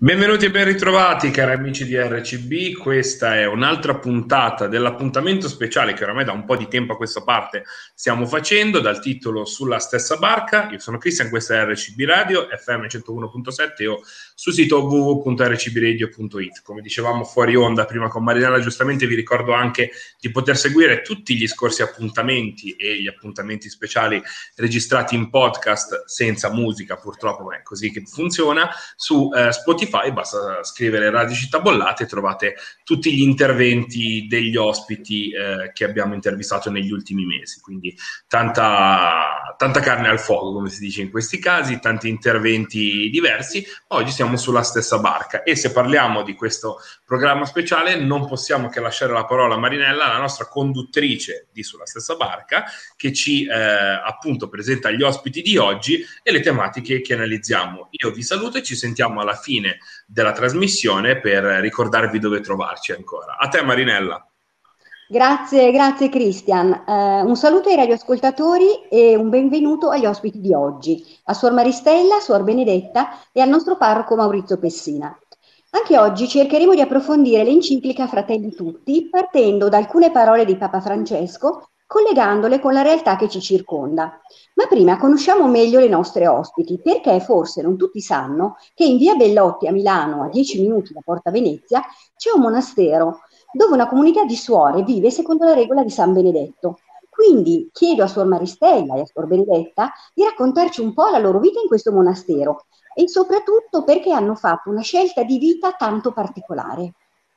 Benvenuti e ben ritrovati cari amici di RCB, questa è un'altra puntata dell'appuntamento speciale che oramai da un po' di tempo a questa parte stiamo facendo dal titolo Sulla stessa barca. Io sono Cristian, questa è RCB Radio, FM 101.7 o sul sito www.rcbradio.it. Come dicevamo fuori onda prima con Marinella, giustamente vi ricordo anche di poter seguire tutti gli scorsi appuntamenti e gli appuntamenti speciali registrati in podcast senza musica, purtroppo, ma è così che funziona, su Spotify. Basta scrivere Radio Città Bollate e trovate tutti gli interventi degli ospiti che abbiamo intervistato negli ultimi mesi, quindi tanta carne al fuoco, come si dice in questi casi, tanti interventi diversi. Oggi siamo sulla stessa barca e se parliamo di questo programma speciale non possiamo che lasciare la parola a Marinella, la nostra conduttrice di Sulla stessa barca, che ci appunto presenta gli ospiti di oggi e le tematiche che analizziamo. Io vi saluto e ci sentiamo alla fine della trasmissione per ricordarvi dove trovarci ancora. A te Marinella. Grazie Cristian. Un saluto ai radioascoltatori e un benvenuto agli ospiti di oggi, a Suor Maristella, Suor Benedetta e al nostro parroco Maurizio Pessina. Anche oggi cercheremo di approfondire l'enciclica Fratelli Tutti, partendo da alcune parole di Papa Francesco, collegandole con la realtà che ci circonda. Ma prima conosciamo meglio le nostre ospiti, perché forse non tutti sanno che in via Bellotti a Milano, a 10 minuti da Porta Venezia, c'è un monastero dove una comunità di suore vive secondo la regola di San Benedetto. Quindi chiedo a Suor Maristella e a Suor Benedetta di raccontarci un po' la loro vita in questo monastero e soprattutto perché hanno fatto una scelta di vita tanto particolare.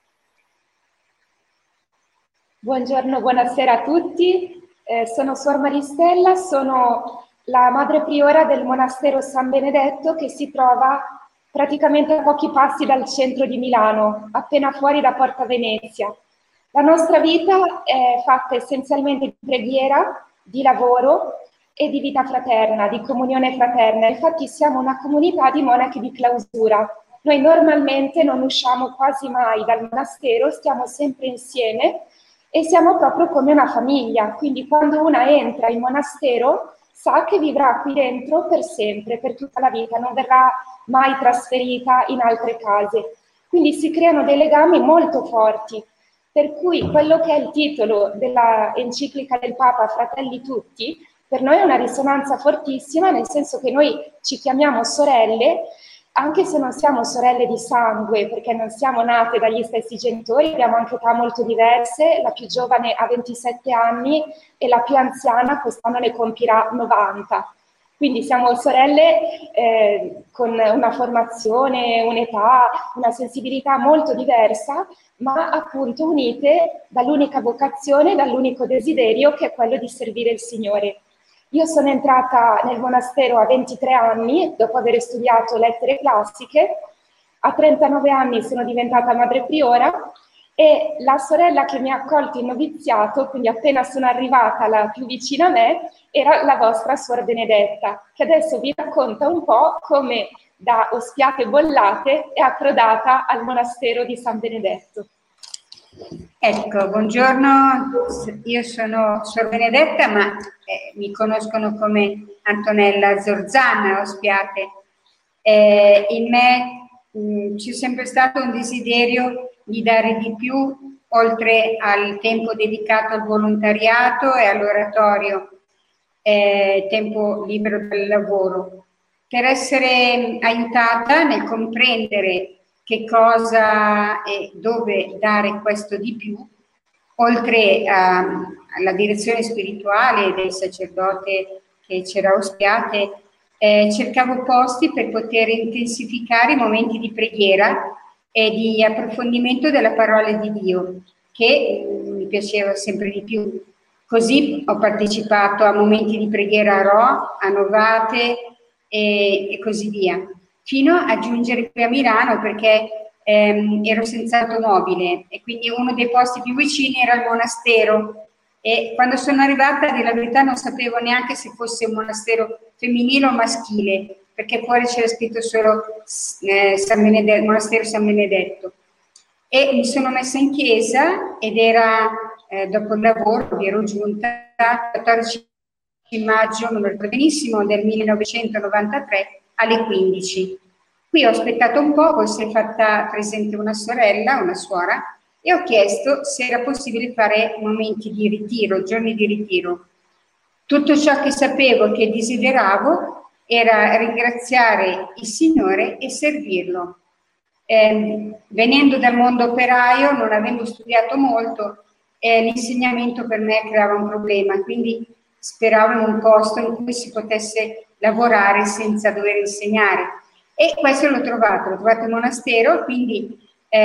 Buongiorno, buonasera a tutti. Sono Suor Maristella, sono la madre priora del monastero San Benedetto che si trova praticamente a pochi passi dal centro di Milano, appena fuori da Porta Venezia. La nostra vita è fatta essenzialmente di preghiera, di lavoro e di vita fraterna, di comunione fraterna. Infatti siamo una comunità di monache di clausura. Noi normalmente non usciamo quasi mai dal monastero, stiamo sempre insieme e siamo proprio come una famiglia. Quindi quando una entra in monastero sa che vivrà qui dentro per sempre, per tutta la vita, non verrà mai trasferita in altre case. Quindi si creano dei legami molto forti, per cui quello che è il titolo della enciclica del Papa, Fratelli Tutti, per noi è una risonanza fortissima, nel senso che noi ci chiamiamo sorelle, anche se non siamo sorelle di sangue, perché non siamo nate dagli stessi genitori, abbiamo anche età molto diverse, la più giovane ha 27 anni e la più anziana quest'anno ne compirà 90. Quindi siamo sorelle con una formazione, un'età, una sensibilità molto diversa, ma appunto unite dall'unica vocazione, dall'unico desiderio che è quello di servire il Signore. Io sono entrata nel monastero a 23 anni, dopo aver studiato lettere classiche. A 39 anni sono diventata madre priora e la sorella che mi ha accolto in noviziato, quindi appena sono arrivata la più vicina a me, era la vostra Suor Benedetta, che adesso vi racconta un po' come da Ospiate Bollate è approdata al monastero di San Benedetto. Ecco, buongiorno, io sono Suor Benedetta, ma mi conoscono come Antonella Zorzana, Ospiate. In me c'è sempre stato un desiderio di dare di più, oltre al tempo dedicato al volontariato e all'oratorio, tempo libero dal lavoro, per essere aiutata nel comprendere che cosa e dove dare questo di più, oltre alla direzione spirituale del sacerdote che c'era a Ospiate, cercavo posti per poter intensificare i momenti di preghiera e di approfondimento della parola di Dio, che mi piaceva sempre di più. Così ho partecipato a momenti di preghiera a Rho, a Novate e così via, fino a giungere qui a Milano perché ero senza automobile e quindi uno dei posti più vicini era il monastero, e quando sono arrivata, a dire la verità, non sapevo neanche se fosse un monastero femminile o maschile, perché fuori c'era scritto solo monastero San Benedetto, e mi sono messa in chiesa ed era dopo il lavoro, ero giunta il 14 maggio, non lo ricordo benissimo, del 1993 alle 15. Qui ho aspettato un po', poi si è fatta presente una sorella, una suora, e ho chiesto se era possibile fare momenti di ritiro, giorni di ritiro. Tutto ciò che sapevo, che desideravo, era ringraziare il Signore e servirlo. Venendo dal mondo operaio, non avendo studiato molto, l'insegnamento per me creava un problema, quindi speravo in un posto in cui si potesse lavorare senza dover insegnare. E questo l'ho trovato al monastero, quindi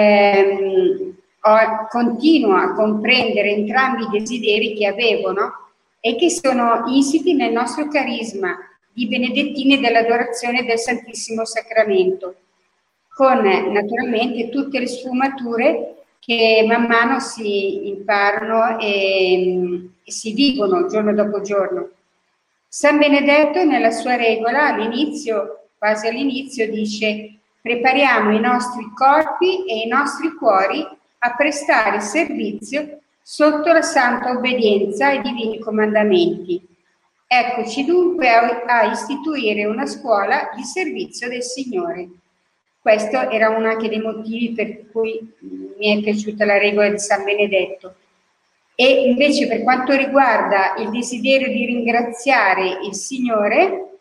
continuo a comprendere entrambi i desideri che avevo, no? E che sono insiti nel nostro carisma di benedettini dell'adorazione del Santissimo Sacramento, con naturalmente tutte le sfumature che man mano si imparano e si vivono giorno dopo giorno. San Benedetto nella sua regola all'inizio, quasi all'inizio, dice: prepariamo i nostri corpi e i nostri cuori a prestare servizio sotto la santa obbedienza ai divini comandamenti. Eccoci dunque a istituire una scuola di servizio del Signore. Questo era uno anche dei motivi per cui mi è piaciuta la regola di San Benedetto. E invece per quanto riguarda il desiderio di ringraziare il Signore,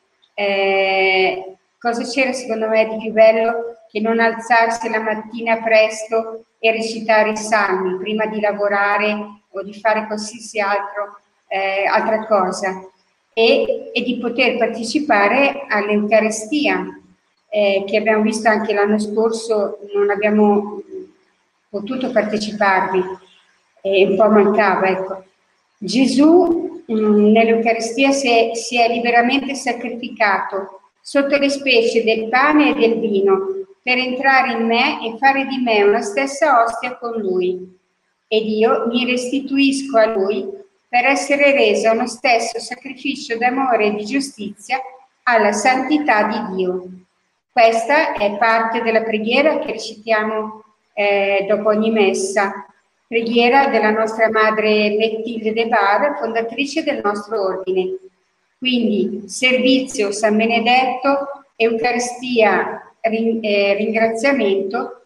cosa c'era secondo me di più bello che non alzarsi la mattina presto e recitare i salmi prima di lavorare o di fare qualsiasi altra cosa, e di poter partecipare all'Eucaristia, che abbiamo visto anche l'anno scorso, non abbiamo potuto parteciparvi, un po' mancava, ecco. Gesù nell'Eucaristia si è liberamente sacrificato sotto le specie del pane e del vino per entrare in me e fare di me una stessa ostia con Lui. Ed io mi restituisco a Lui per essere resa uno stesso sacrificio d'amore e di giustizia alla santità di Dio. Questa è parte della preghiera che recitiamo dopo ogni messa, preghiera della nostra madre Mathilde de Bar, fondatrice del nostro ordine. Quindi servizio, San Benedetto, Eucaristia, ringraziamento,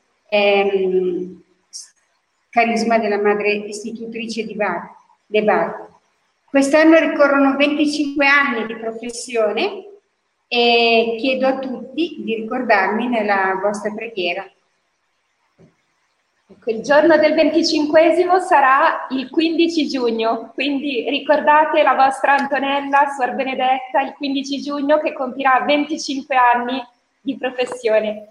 carisma della madre istitutrice di de Bar. Quest'anno ricorrono 25 anni di professione e chiedo a tutti di ricordarmi nella vostra preghiera. Il giorno del 25esimo sarà il 15 giugno, quindi ricordate la vostra Antonella, Suor Benedetta, il 15 giugno che compirà 25 anni di professione.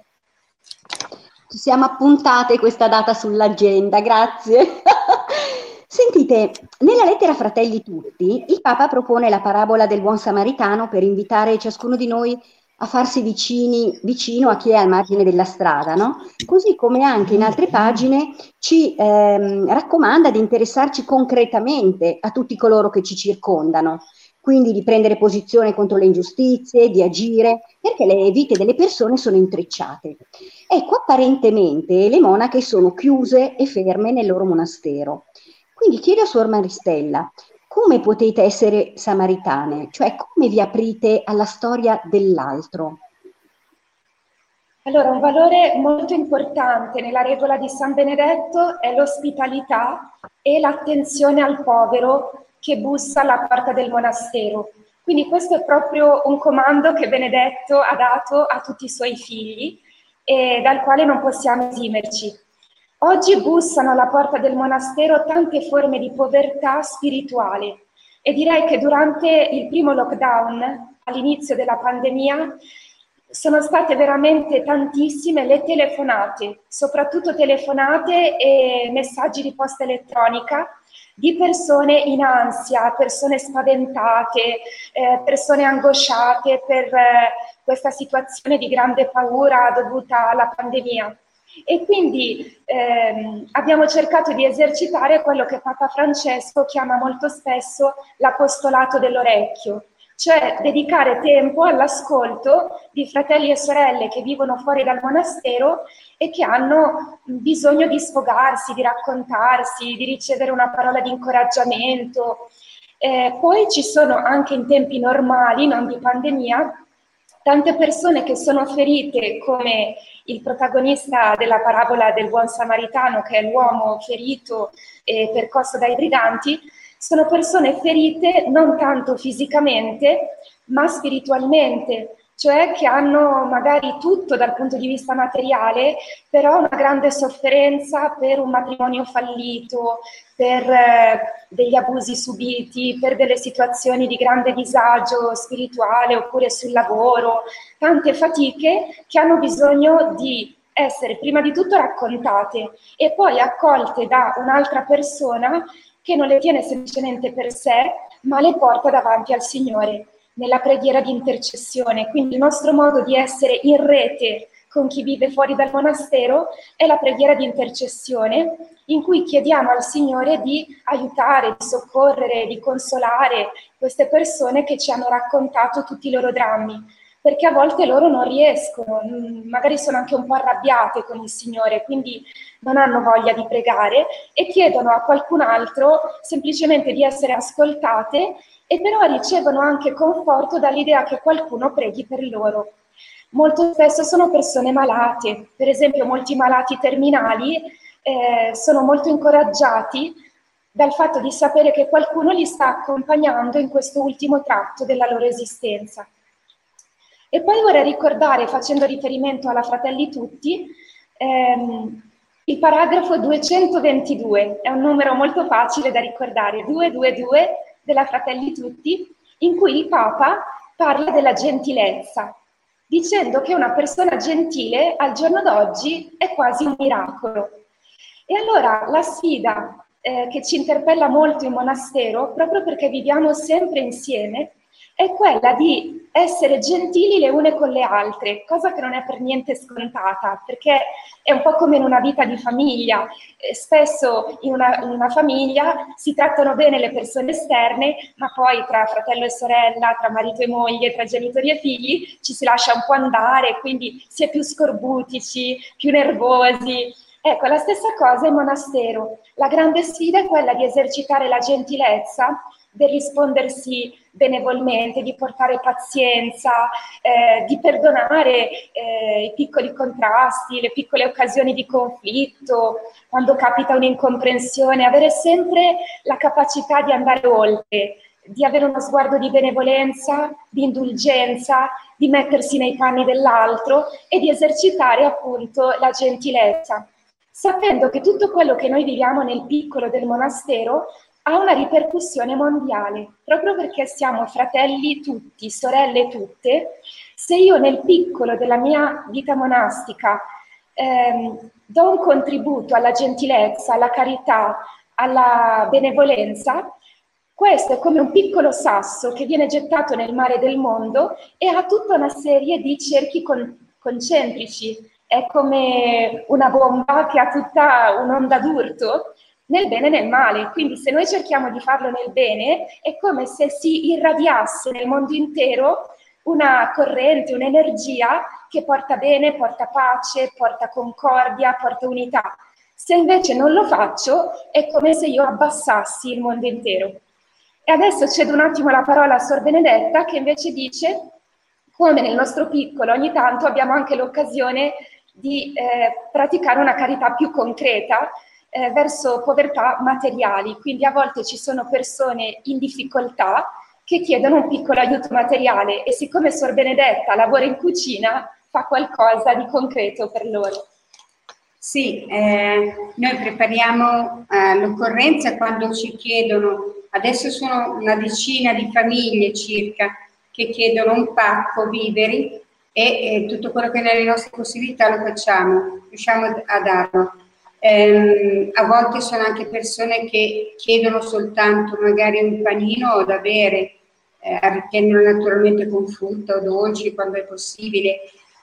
Ci siamo appuntate questa data sull'agenda, grazie. Sentite, nella lettera Fratelli Tutti, il Papa propone la parabola del buon samaritano per invitare ciascuno di noi a farsi vicino a chi è al margine della strada, no? Così come anche in altre pagine ci raccomanda di interessarci concretamente a tutti coloro che ci circondano, quindi di prendere posizione contro le ingiustizie, di agire, perché le vite delle persone sono intrecciate. Ecco, apparentemente le monache sono chiuse e ferme nel loro monastero. Quindi chiedo a Suor Maristella, come potete essere samaritane? Cioè, come vi aprite alla storia dell'altro? Allora, un valore molto importante nella regola di San Benedetto è l'ospitalità e l'attenzione al povero che bussa alla porta del monastero. Quindi questo è proprio un comando che Benedetto ha dato a tutti i suoi figli e dal quale non possiamo esimerci. Oggi bussano alla porta del monastero tante forme di povertà spirituale e direi che durante il primo lockdown, all'inizio della pandemia, sono state veramente tantissime le telefonate, soprattutto telefonate e messaggi di posta elettronica di persone in ansia, persone spaventate, persone angosciate per questa situazione di grande paura dovuta alla pandemia. E quindi abbiamo cercato di esercitare quello che Papa Francesco chiama molto spesso l'apostolato dell'orecchio, cioè dedicare tempo all'ascolto di fratelli e sorelle che vivono fuori dal monastero e che hanno bisogno di sfogarsi, di raccontarsi, di ricevere una parola di incoraggiamento. Poi ci sono anche in tempi normali, non di pandemia, tante persone che sono ferite, come il protagonista della parabola del buon samaritano, che è l'uomo ferito e percosso dai briganti, sono persone ferite non tanto fisicamente, ma spiritualmente, cioè che hanno magari tutto dal punto di vista materiale, però una grande sofferenza per un matrimonio fallito, per degli abusi subiti, per delle situazioni di grande disagio spirituale oppure sul lavoro, tante fatiche che hanno bisogno di essere prima di tutto raccontate e poi accolte da un'altra persona che non le tiene semplicemente per sé, ma le porta davanti al Signore nella preghiera di intercessione. Quindi il nostro modo di essere in rete con chi vive fuori dal monastero è la preghiera di intercessione, in cui chiediamo al Signore di aiutare, di soccorrere, di consolare queste persone che ci hanno raccontato tutti i loro drammi, perché a volte loro non riescono, magari sono anche un po' arrabbiate con il Signore, quindi non hanno voglia di pregare e chiedono a qualcun altro semplicemente di essere ascoltate, e però ricevono anche conforto dall'idea che qualcuno preghi per loro. Molto spesso sono persone malate, per esempio molti malati terminali sono molto incoraggiati dal fatto di sapere che qualcuno li sta accompagnando in questo ultimo tratto della loro esistenza. E poi vorrei ricordare, facendo riferimento alla Fratelli Tutti, il paragrafo 222, è un numero molto facile da ricordare, 222 della Fratelli Tutti, in cui il Papa parla della gentilezza, dicendo che una persona gentile al giorno d'oggi è quasi un miracolo. E allora la sfida che ci interpella molto in monastero, proprio perché viviamo sempre insieme, è quella di essere gentili le une con le altre, cosa che non è per niente scontata, perché è un po' come in una vita di famiglia. Spesso in una famiglia si trattano bene le persone esterne, ma poi tra fratello e sorella, tra marito e moglie, tra genitori e figli, ci si lascia un po' andare, quindi si è più scorbutici, più nervosi. Ecco, la stessa cosa in monastero. La grande sfida è quella di esercitare la gentilezza, di rispondersi benevolmente, di portare pazienza, di perdonare i piccoli contrasti, le piccole occasioni di conflitto, quando capita un'incomprensione, avere sempre la capacità di andare oltre, di avere uno sguardo di benevolenza, di indulgenza, di mettersi nei panni dell'altro e di esercitare appunto la gentilezza, sapendo che tutto quello che noi viviamo nel piccolo del monastero ha una ripercussione mondiale, proprio perché siamo fratelli tutti, sorelle tutte. Se io nel piccolo della mia vita monastica do un contributo alla gentilezza, alla carità, alla benevolenza, questo è come un piccolo sasso che viene gettato nel mare del mondo e ha tutta una serie di cerchi concentrici. È come una bomba che ha tutta un'onda d'urto nel bene e nel male. Quindi se noi cerchiamo di farlo nel bene, è come se si irradiasse nel mondo intero una corrente, un'energia che porta bene, porta pace, porta concordia, porta unità. Se invece non lo faccio, è come se io abbassassi il mondo intero. E adesso cedo un attimo la parola a Sor Benedetta, che invece dice come nel nostro piccolo ogni tanto abbiamo anche l'occasione di praticare una carità più concreta verso povertà materiali. Quindi a volte ci sono persone in difficoltà che chiedono un piccolo aiuto materiale e siccome Sor Benedetta lavora in cucina fa qualcosa di concreto per loro. Sì, noi prepariamo l'occorrenza quando ci chiedono, adesso sono una decina di famiglie circa che chiedono un pacco viveri e tutto quello che è nelle nostre possibilità lo facciamo, riusciamo a darlo. A volte sono anche persone che chiedono soltanto magari un panino da bere, arricchendono naturalmente con frutta o dolci quando è possibile.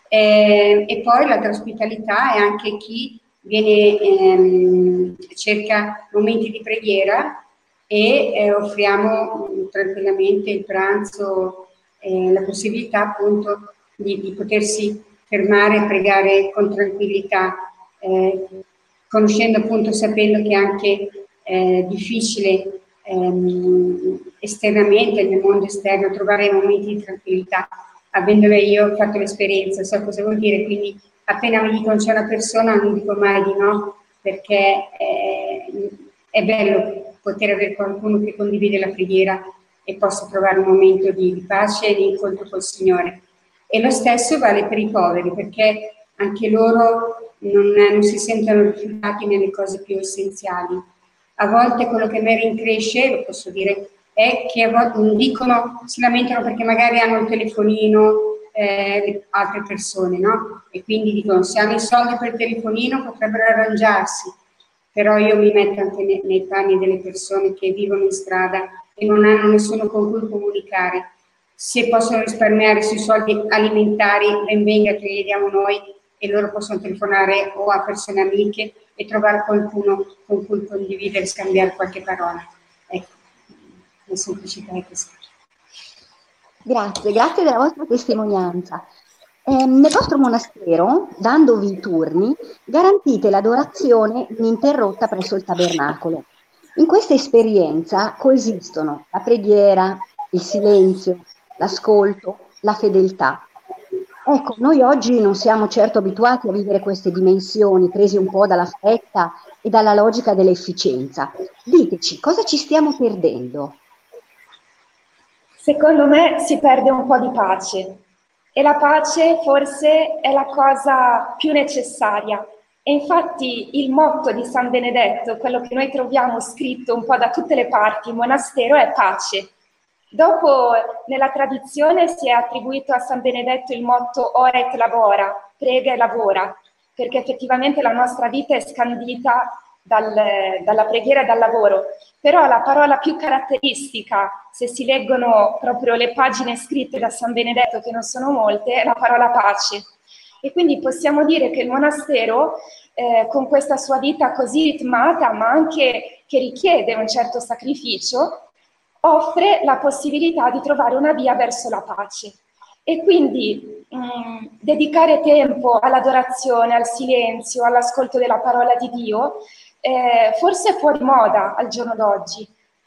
E poi l'altra ospitalità è anche chi viene, cerca momenti di preghiera e offriamo tranquillamente il pranzo, la possibilità appunto di potersi fermare e pregare con tranquillità, conoscendo appunto, sapendo che è anche difficile esternamente nel mondo esterno trovare momenti di tranquillità. avendole io fatto l'esperienza, so cosa vuol dire, quindi appena mi dicono c'è una persona non dico mai di no, perché è bello poter avere qualcuno che condivide la preghiera e possa trovare un momento di pace e di incontro col Signore. E lo stesso vale per i poveri, perché anche loro non si sentono rifiutati nelle cose più essenziali. A volte quello che mi rincresce, lo posso dire, è che a volte non dicono, si lamentano perché magari hanno il telefonino, le altre persone, no? E quindi dicono, se hanno i soldi per il telefonino potrebbero arrangiarsi, però io mi metto anche nei panni delle persone che vivono in strada e non hanno nessuno con cui comunicare. Se possono risparmiare sui soldi alimentari, ben venga che li diamo noi e loro possono telefonare o a persone amiche e trovare qualcuno con cui condividere, scambiare qualche parola. Ecco, la semplicità è questa. Grazie, grazie della vostra testimonianza. Nel vostro monastero, dandovi i turni, garantite l'adorazione ininterrotta presso il tabernacolo. In questa esperienza coesistono la preghiera, il silenzio, l'ascolto, la fedeltà. Ecco, noi oggi non siamo certo abituati a vivere queste dimensioni, presi un po' dalla fretta e dalla logica dell'efficienza. Diteci, cosa ci stiamo perdendo? Secondo me si perde un po' di pace e la pace forse è la cosa più necessaria. E infatti il motto di San Benedetto, quello che noi troviamo scritto un po' da tutte le parti in monastero, è pace. Dopo nella tradizione si è attribuito a San Benedetto il motto ora et labora, prega e lavora, perché effettivamente la nostra vita è scandita dalla preghiera e dal lavoro. Però la parola più caratteristica, se si leggono proprio le pagine scritte da San Benedetto, che non sono molte, è la parola pace. E quindi possiamo dire che il monastero, con questa sua vita così ritmata, ma anche che richiede un certo sacrificio, offre la possibilità di trovare una via verso la pace. E quindi dedicare tempo all'adorazione, al silenzio, all'ascolto della parola di Dio, forse è fuori moda al giorno d'oggi,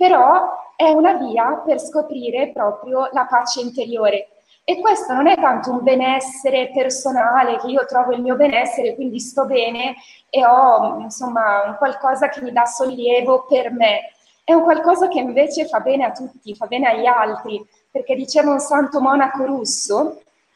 però è una via per scoprire proprio la pace interiore. E questo non è tanto un benessere personale, che io trovo il mio benessere, quindi sto bene e ho insomma un qualcosa che mi dà sollievo per me. È un qualcosa che invece fa bene a tutti, fa bene agli altri, perché diceva un santo monaco russo,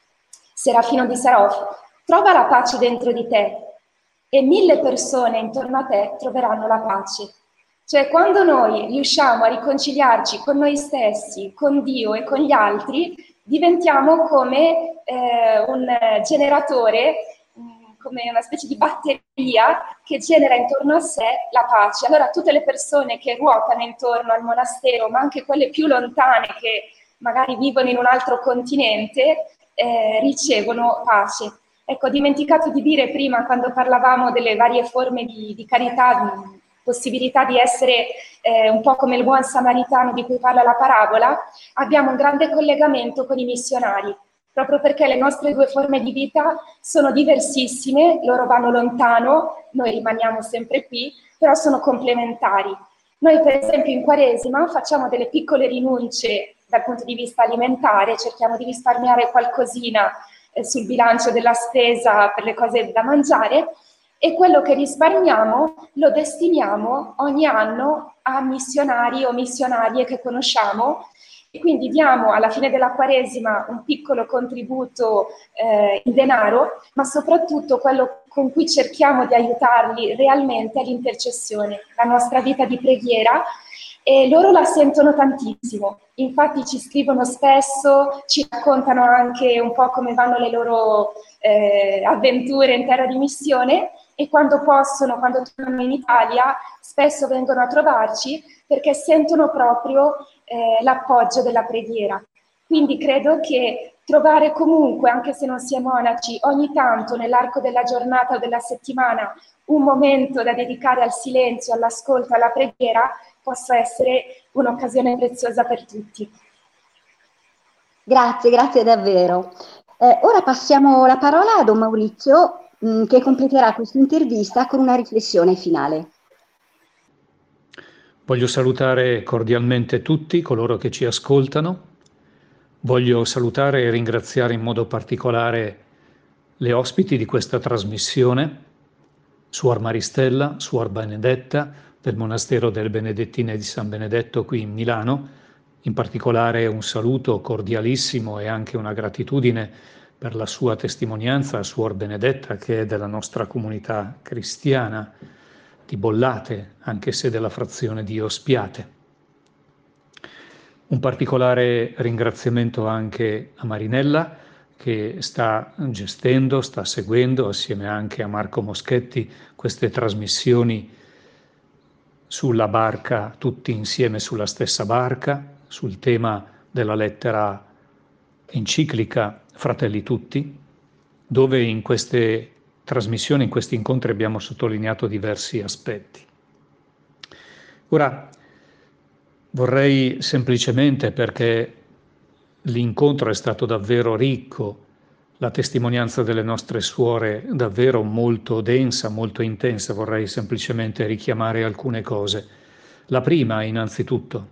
Serafino di Sarov, trova la pace dentro di te e 1000 persone intorno a te troveranno la pace. Cioè quando noi riusciamo a riconciliarci con noi stessi, con Dio e con gli altri, diventiamo come un generatore, come una specie di batteria che genera intorno a sé la pace. Allora tutte le persone che ruotano intorno al monastero, ma anche quelle più lontane che magari vivono in un altro continente, ricevono pace. Ecco, ho dimenticato di dire prima, quando parlavamo delle varie forme di carità, di possibilità di essere un po' come il buon samaritano di cui parla la parabola, abbiamo un grande collegamento con i missionari, proprio perché le nostre due forme di vita sono diversissime, loro vanno lontano, noi rimaniamo sempre qui, però sono complementari. Noi per esempio in Quaresima facciamo delle piccole rinunce dal punto di vista alimentare, cerchiamo di risparmiare qualcosina sul bilancio della spesa per le cose da mangiare, e quello che risparmiamo lo destiniamo ogni anno a missionari o missionarie che conosciamo, e quindi diamo alla fine della Quaresima un piccolo contributo in denaro, ma soprattutto quello con cui cerchiamo di aiutarli realmente è l'intercessione, la nostra vita di preghiera, e loro la sentono tantissimo. Infatti ci scrivono spesso, ci raccontano anche un po' come vanno le loro avventure in terra di missione, e quando possono, quando tornano in Italia, spesso vengono a trovarci perché sentono proprio l'appoggio della preghiera. Quindi credo che trovare comunque, anche se non si è monaci, ogni tanto nell'arco della giornata o della settimana un momento da dedicare al silenzio, all'ascolto, alla preghiera, possa essere un'occasione preziosa per tutti. Grazie, grazie davvero. Ora passiamo la parola a Don Maurizio, che completerà questa intervista con una riflessione finale. Voglio salutare cordialmente tutti coloro che ci ascoltano, Voglio salutare e ringraziare in modo particolare le ospiti di questa trasmissione, Suor Maristella, Suor Benedetta del Monastero delle Benedettine di San Benedetto qui in Milano. In particolare un saluto cordialissimo e anche una gratitudine per la sua testimonianza a Suor Benedetta, che è della nostra comunità cristiana di Bollate, anche se della frazione di Ospiate. Un particolare ringraziamento anche a Marinella, che sta gestendo, sta seguendo, assieme anche a Marco Moschetti, queste trasmissioni sulla barca, tutti insieme sulla stessa barca, sul tema della lettera enciclica Fratelli Tutti, dove in queste trasmissioni, in questi incontri abbiamo sottolineato diversi aspetti. Ora, vorrei semplicemente, perché l'incontro è stato davvero ricco, la testimonianza delle nostre suore davvero molto densa, molto intensa, vorrei semplicemente richiamare alcune cose. La prima, innanzitutto,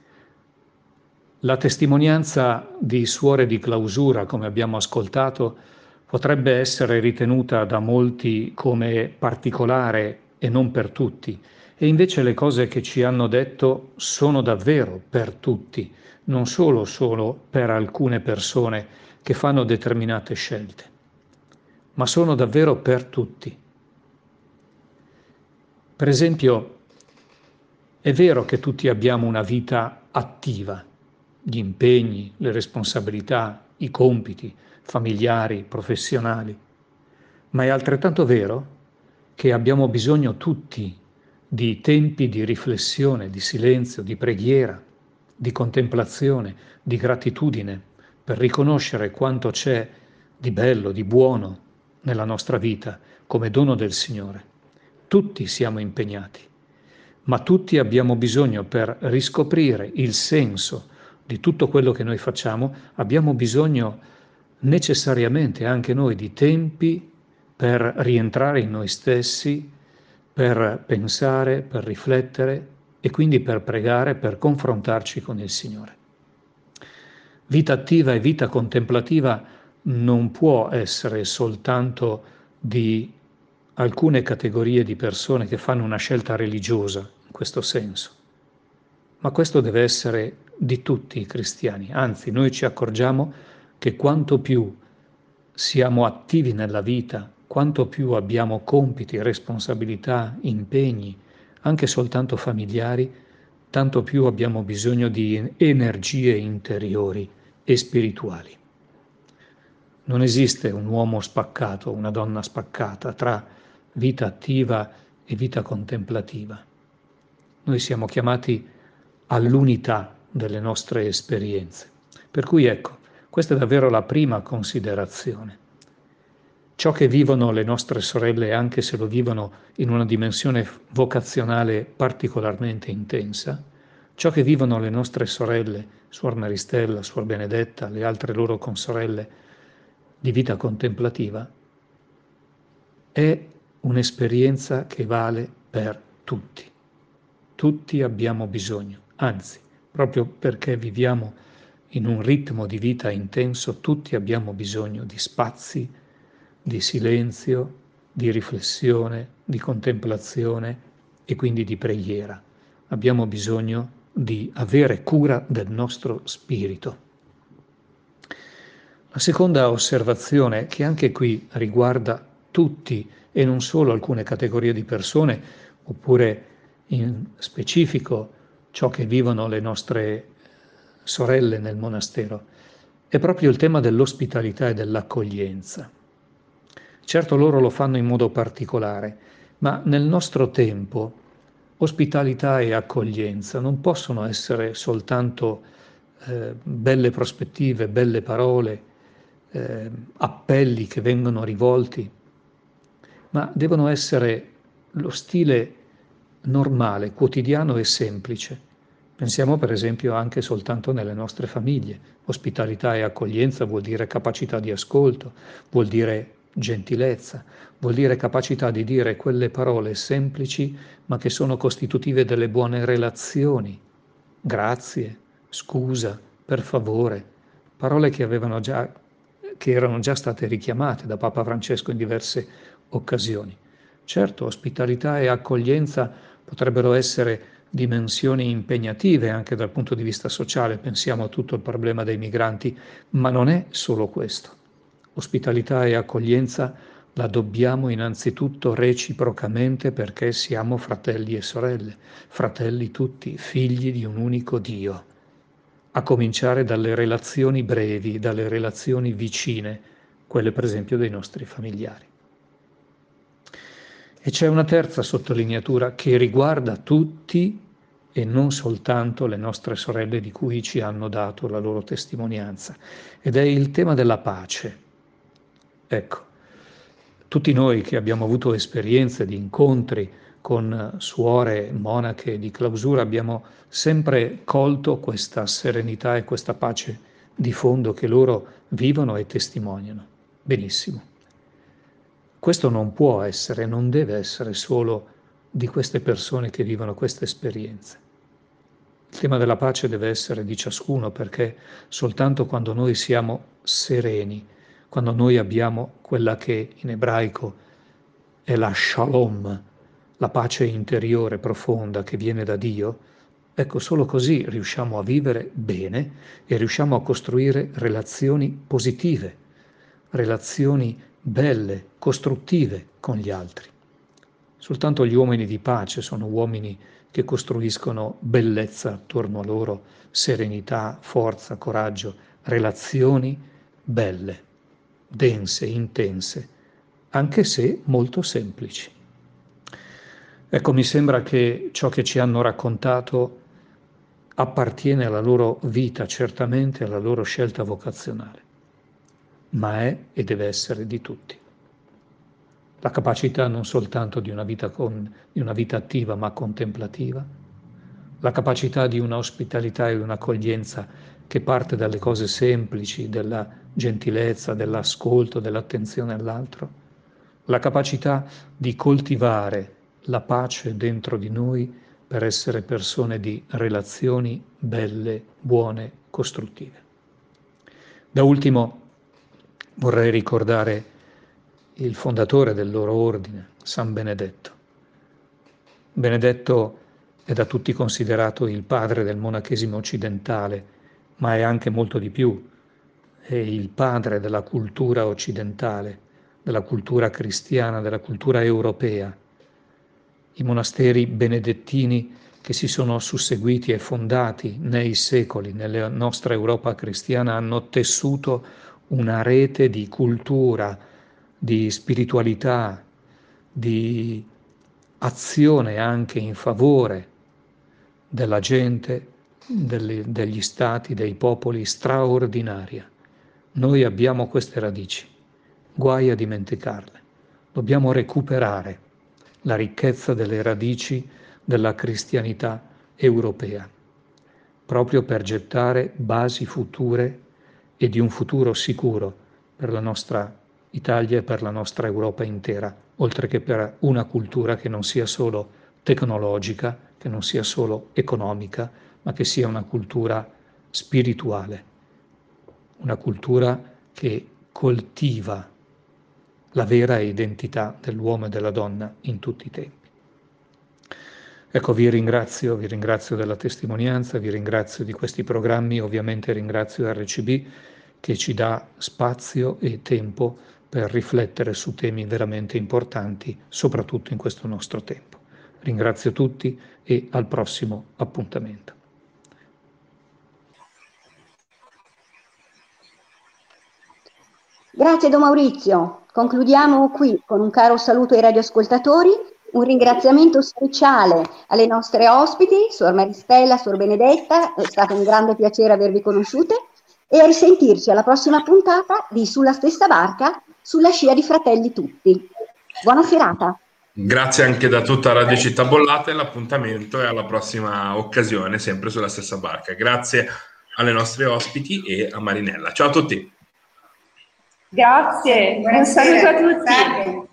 la testimonianza di suore di clausura, come abbiamo ascoltato, potrebbe essere ritenuta da molti come particolare e non per tutti, e invece le cose che ci hanno detto sono davvero per tutti, non solo per alcune persone che fanno determinate scelte, ma sono davvero per tutti. Per esempio, è vero che tutti abbiamo una vita attiva, gli impegni, le responsabilità, i compiti familiari, professionali, ma è altrettanto vero che abbiamo bisogno tutti di tempi di riflessione, di silenzio, di preghiera, di contemplazione, di gratitudine, per riconoscere quanto c'è di bello, di buono nella nostra vita come dono del Signore. Tutti siamo impegnati, ma tutti abbiamo bisogno, per riscoprire il senso di tutto quello che noi facciamo, abbiamo bisogno necessariamente anche noi di tempi per rientrare in noi stessi, per pensare, per riflettere e quindi per pregare, per confrontarci con il Signore. Vita attiva e vita contemplativa non può essere soltanto di alcune categorie di persone che fanno una scelta religiosa in questo senso, ma questo deve essere di tutti i cristiani. Anzi, noi ci accorgiamo che quanto più siamo attivi nella vita, quanto più abbiamo compiti, responsabilità, impegni, anche soltanto familiari, tanto più abbiamo bisogno di energie interiori e spirituali. Non esiste un uomo spaccato, una donna spaccata tra vita attiva e vita contemplativa. Noi siamo chiamati all'unità delle nostre esperienze. Per cui ecco, questa è davvero la prima considerazione. Ciò che vivono le nostre sorelle, anche se lo vivono in una dimensione vocazionale particolarmente intensa, ciò che vivono le nostre sorelle, Suor Maristella, Suor Benedetta, le altre loro consorelle di vita contemplativa, è un'esperienza che vale per tutti. Tutti abbiamo bisogno, anzi, proprio perché viviamo in un ritmo di vita intenso, tutti abbiamo bisogno di spazi, di silenzio, di riflessione, di contemplazione e quindi di preghiera. Abbiamo bisogno di avere cura del nostro spirito. La seconda osservazione, che anche qui riguarda tutti e non solo alcune categorie di persone, oppure in specifico ciò che vivono le nostre sorelle nel monastero, è proprio il tema dell'ospitalità e dell'accoglienza. Certo, loro lo fanno in modo particolare, ma nel nostro tempo ospitalità e accoglienza non possono essere soltanto belle prospettive, belle parole, appelli che vengono rivolti, ma devono essere lo stile normale, quotidiano e semplice. Pensiamo per esempio anche soltanto nelle nostre famiglie. Ospitalità e accoglienza vuol dire capacità di ascolto, vuol dire gentilezza, vuol dire capacità di dire quelle parole semplici ma che sono costitutive delle buone relazioni. Grazie, scusa, per favore, parole che erano già state richiamate da Papa Francesco in diverse occasioni. Certo, ospitalità e accoglienza potrebbero essere dimensioni impegnative anche dal punto di vista sociale, pensiamo a tutto il problema dei migranti, ma non è solo questo. Ospitalità e accoglienza la dobbiamo innanzitutto reciprocamente perché siamo fratelli e sorelle, fratelli tutti, figli di un unico Dio, a cominciare dalle relazioni brevi, dalle relazioni vicine, quelle per esempio dei nostri familiari. E c'è una terza sottolineatura che riguarda tutti e non soltanto le nostre sorelle di cui ci hanno dato la loro testimonianza, ed è il tema della pace. Ecco, tutti noi che abbiamo avuto esperienze di incontri con suore monache di clausura abbiamo sempre colto questa serenità e questa pace di fondo che loro vivono e testimoniano. Benissimo. Questo non può essere, non deve essere solo di queste persone che vivono queste esperienze. Il tema della pace deve essere di ciascuno, perché soltanto quando noi siamo sereni, quando noi abbiamo quella che in ebraico è la shalom, la pace interiore profonda che viene da Dio, ecco, solo così riusciamo a vivere bene e riusciamo a costruire relazioni positive, relazioni belle, costruttive con gli altri. Soltanto gli uomini di pace sono uomini che costruiscono bellezza attorno a loro, serenità, forza, coraggio, relazioni belle, dense, intense, anche se molto semplici. Ecco, mi sembra che ciò che ci hanno raccontato appartiene alla loro vita, certamente alla loro scelta vocazionale, ma è e deve essere di tutti. La capacità non soltanto di una vita attiva ma contemplativa, la capacità di una ospitalità e un'accoglienza che parte dalle cose semplici, della gentilezza, dell'ascolto, dell'attenzione all'altro, la capacità di coltivare la pace dentro di noi per essere persone di relazioni belle, buone, costruttive. Da ultimo vorrei ricordare il fondatore del loro ordine, San Benedetto. Benedetto è da tutti considerato il padre del monachesimo occidentale, ma è anche molto di più, è il padre della cultura occidentale, della cultura cristiana, della cultura europea. I monasteri benedettini che si sono susseguiti e fondati nei secoli nella nostra Europa cristiana hanno tessuto una rete di cultura, di spiritualità, di azione anche in favore della gente, degli stati, dei popoli, straordinaria. Noi abbiamo queste radici, guai a dimenticarle. Dobbiamo recuperare la ricchezza delle radici della cristianità europea, proprio per gettare basi future e di un futuro sicuro per la nostra Italia e per la nostra Europa intera, oltre che per una cultura che non sia solo tecnologica, che non sia solo economica, ma che sia una cultura spirituale, una cultura che coltiva la vera identità dell'uomo e della donna in tutti i tempi. Ecco, vi ringrazio della testimonianza, vi ringrazio di questi programmi, ovviamente ringrazio RCB che ci dà spazio e tempo per riflettere su temi veramente importanti, soprattutto in questo nostro tempo. Ringrazio tutti e al prossimo appuntamento. Grazie Don Maurizio. Concludiamo qui con un caro saluto ai radioascoltatori, un ringraziamento speciale alle nostre ospiti, Suor Maristella, Suor Benedetta, è stato un grande piacere avervi conosciute e a risentirci alla prossima puntata di Sulla stessa barca, sulla scia di Fratelli Tutti. Buona serata. Grazie anche da tutta Radio Città Bollate, l'appuntamento è alla prossima occasione, sempre sulla stessa barca. Grazie alle nostre ospiti e a Marinella. Ciao a tutti. Grazie, un saluto a tutti.